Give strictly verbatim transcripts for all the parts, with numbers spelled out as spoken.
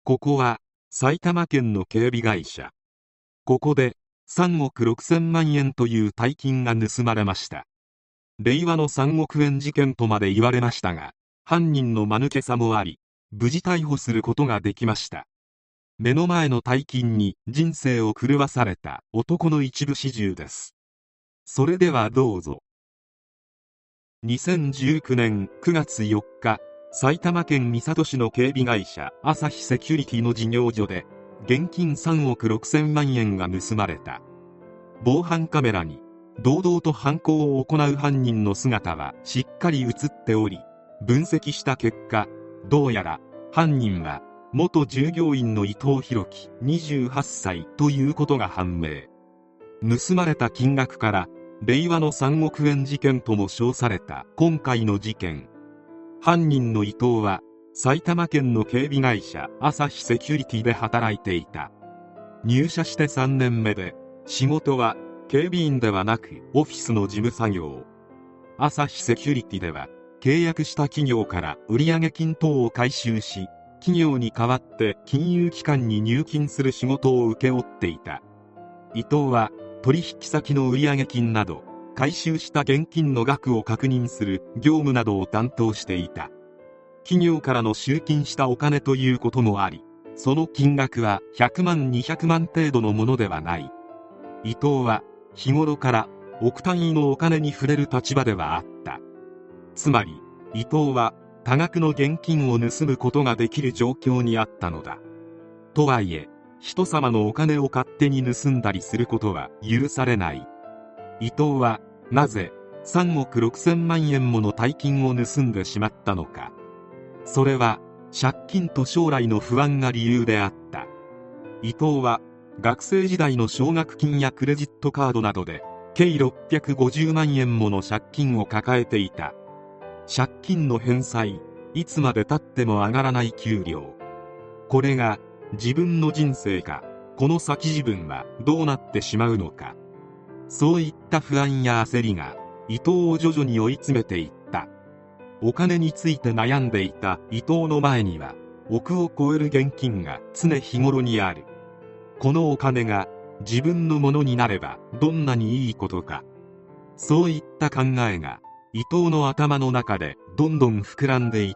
ここは埼玉県の警備会社。ここでさんおくろくせんまんえんという大金が盗まれました。令和のさんおくえん事件とまで言われましたが、犯人の間抜けさもあり、無事逮捕することができました。目の前の大金に人生を狂わされた男の一部始終です。それではどうぞ。にせんじゅうきゅうねんくがつよっか、埼玉県三郷市の警備会社朝日セキュリティの事業所で現金さんおくろくせんまんえんが盗まれた。防犯カメラに堂々と犯行を行う犯人の姿はしっかり映っており、分析した結果、どうやら犯人は元従業員の伊藤弘樹にじゅうはっさいということが判明。盗まれた金額から令和のさんおくえん事件とも称された今回の事件。犯人の伊藤は埼玉県の警備会社朝日セキュリティで働いていた。入社してさんねんめで、仕事は警備員ではなくオフィスの事務作業。朝日セキュリティでは契約した企業から売上金等を回収し、企業に代わって金融機関に入金する仕事を請け負っていた。伊藤は取引先の売上金など回収した現金の額を確認する業務などを担当していた。企業からの集金したお金ということもあり、その金額はひゃくまんにひゃくまん程度のものではない。伊藤は日頃から億単位のお金に触れる立場ではあった。つまり伊藤は多額の現金を盗むことができる状況にあったのだ。とはいえ、人様のお金を勝手に盗んだりすることは許されない。伊藤はなぜさんおくろくせんまんえんもの大金を盗んでしまったのか。それは借金と将来の不安が理由であった。伊藤は学生時代の奨学金やクレジットカードなどで計ろっぴゃくごじゅうまんえんもの借金を抱えていた。借金の返済、いつまで経っても上がらない給料。これが自分の人生か、この先自分はどうなってしまうのか。そういった不安や焦りが伊藤を徐々に追い詰めていった。お金について悩んでいた伊藤の前には億を超える現金が常日頃にある。このお金が自分のものになればどんなにいいことか。そういった考えが伊藤の頭の中でどんどん膨らんでいった。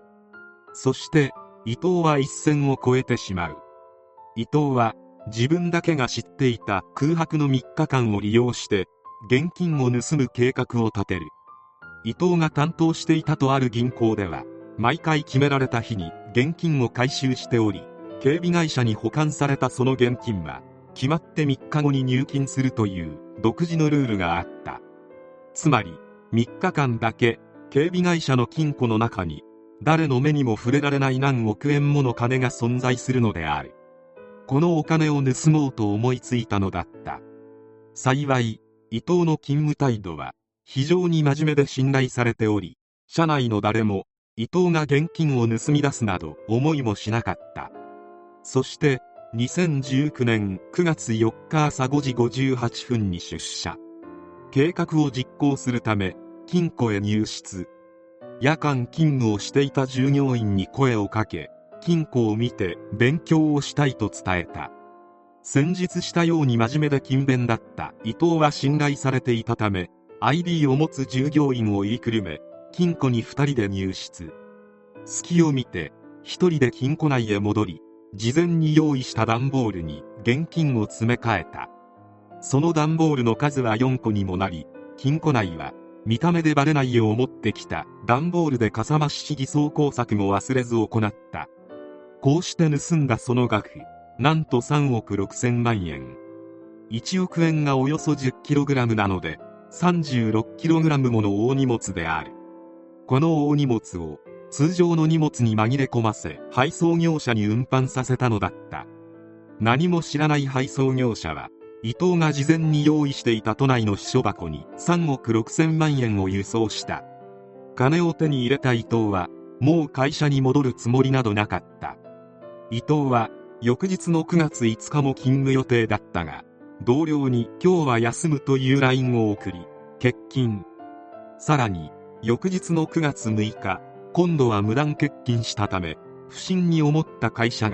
そして伊藤は一線を越えてしまう。伊藤は自分だけが知っていた空白のみっかかんを利用して現金を盗む計画を立てる。伊藤が担当していたとある銀行では毎回決められた日に現金を回収しており、警備会社に保管されたその現金は決まってみっかごに入金するという独自のルールがあった。つまりみっかかんだけ警備会社の金庫の中に誰の目にも触れられない何億円もの金が存在するのである。このお金を盗もうと思いついたのだった。幸い伊藤の勤務態度は非常に真面目で信頼されており、社内の誰も伊藤が現金を盗み出すなど思いもしなかった。そしてにせんじゅうきゅうねんくがつよっか朝ごじごじゅうはっぷんに出社。計画を実行するため金庫へ入室。夜間勤務をしていた従業員に声をかけ、金庫を見て勉強をしたいと伝えた。先日したように真面目で勤勉だった伊藤は信頼されていたため、 アイディー を持つ従業員を言いくるめ金庫にふたりで入室。隙を見てひとりで金庫内へ戻り、事前に用意した段ボールに現金を詰め替えた。その段ボールの数はよんこにもなり、金庫内は見た目でバレないよう持ってきた段ボールでかさ増し偽装工作も忘れず行った。こうして盗んだその額、なんとさんおくろくせんまんえん。いちおくえんがおよそ じゅっキログラム なので さんじゅうろっキログラム もの大荷物である。この大荷物を通常の荷物に紛れ込ませ配送業者に運搬させたのだった。何も知らない配送業者は伊藤が事前に用意していた都内の私書箱にさんおくろくせんまんえんを輸送した。金を手に入れた伊藤はもう会社に戻るつもりなどなかった。伊藤は翌日のくがついつかも勤務予定だったが、同僚に今日は休むという ライン を送り欠勤。さらに翌日のくがつむいか、今度は無断欠勤したため不審に思った会社が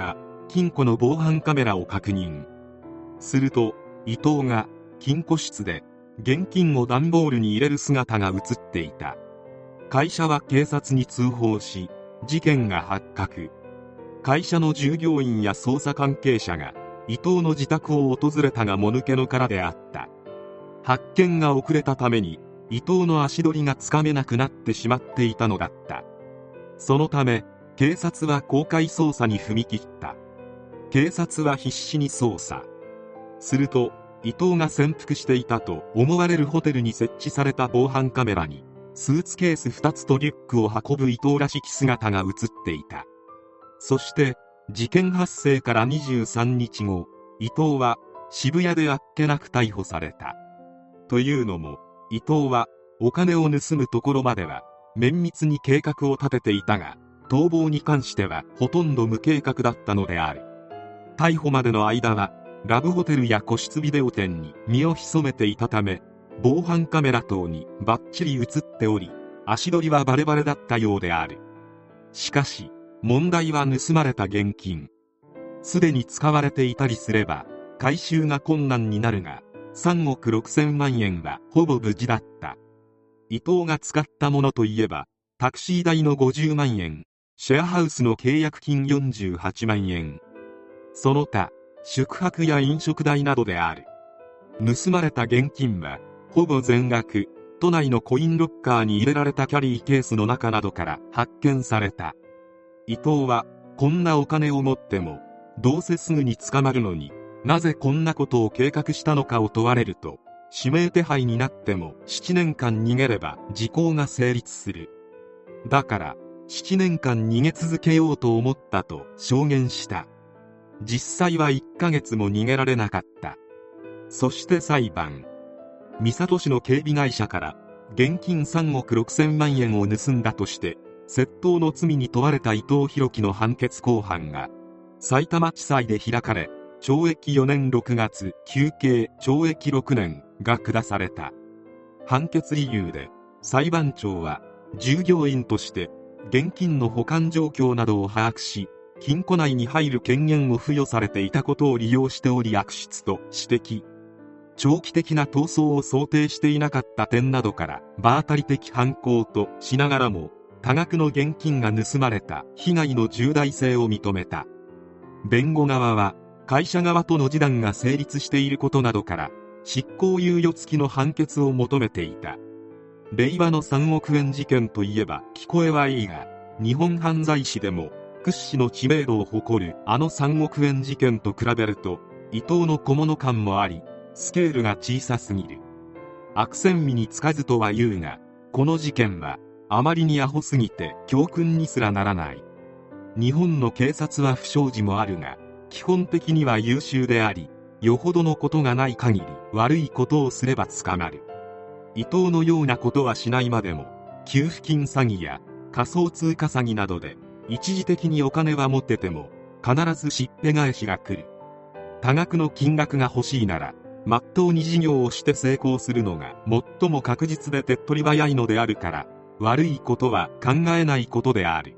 金庫の防犯カメラを確認。すると伊藤が金庫室で現金を段ボールに入れる姿が映っていた。会社は警察に通報し、事件が発覚。会社の従業員や捜査関係者が伊藤の自宅を訪れたがもぬけの殻であった。発見が遅れたために伊藤の足取りがつかめなくなってしまっていたのだった。そのため警察は公開捜査に踏み切った。警察は必死に捜査。すると伊藤が潜伏していたと思われるホテルに設置された防犯カメラにスーツケースふたつとリュックを運ぶ伊藤らしき姿が映っていた。そして事件発生からにじゅうさんにちご、伊藤は渋谷であっけなく逮捕された。というのも伊藤はお金を盗むところまでは綿密に計画を立てていたが、逃亡に関してはほとんど無計画だったのである。逮捕までの間はラブホテルや個室ビデオ店に身を潜めていたため、防犯カメラ等にバッチリ映っており、足取りはバレバレだったようである。しかし問題は盗まれた現金。すでに使われていたりすれば回収が困難になるが、さんおくろくせんまんえんはほぼ無事だった。伊藤が使ったものといえば、タクシー代のごじゅうまんえん、シェアハウスの契約金よんじゅうはちまんえん、その他宿泊や飲食代などである。盗まれた現金はほぼ全額都内のコインロッカーに入れられたキャリーケースの中などから発見された。伊藤はこんなお金を持ってもどうせすぐに捕まるのになぜこんなことを計画したのかを問われると、指名手配になってもななねんかん逃げれば時効が成立する。だからななねんかん逃げ続けようと思ったと証言した。実際はいっかげつも逃げられなかった。そして裁判。三郷市の警備会社から現金さんおくろくせんまんえんを盗んだとして窃盗の罪に問われた伊藤宏樹の判決公判がさいたま地裁で開かれ、ちょうえきよねんろくがつ、求刑ちょうえきろくねんが下された。判決理由で裁判長は、従業員として現金の保管状況などを把握し、金庫内に入る権限を付与されていたことを利用しており悪質と指摘。長期的な逃走を想定していなかった点などから場当たり的犯行としながらも、多額の現金が盗まれた被害の重大性を認めた。弁護側は会社側との示談が成立していることなどから執行猶予付きの判決を求めていた。令和のさんおくえん事件といえば聞こえはいいが、日本犯罪史でも屈指の知名度を誇るあのさんおくえん事件と比べると伊藤の小物感もあり、スケールが小さすぎる。悪戦味につかずとは言うが、この事件はあまりにアホすぎて教訓にすらならない。日本の警察は不祥事もあるが、基本的には優秀であり、よほどのことがない限り悪いことをすれば捕まる。伊藤のようなことはしないまでも、給付金詐欺や仮想通貨詐欺などで一時的にお金は持ってても必ずしっぺ返しが来る。多額の金額が欲しいならまっとうに事業をして成功するのが最も確実で手っ取り早いのであるから、悪いことは考えないことである。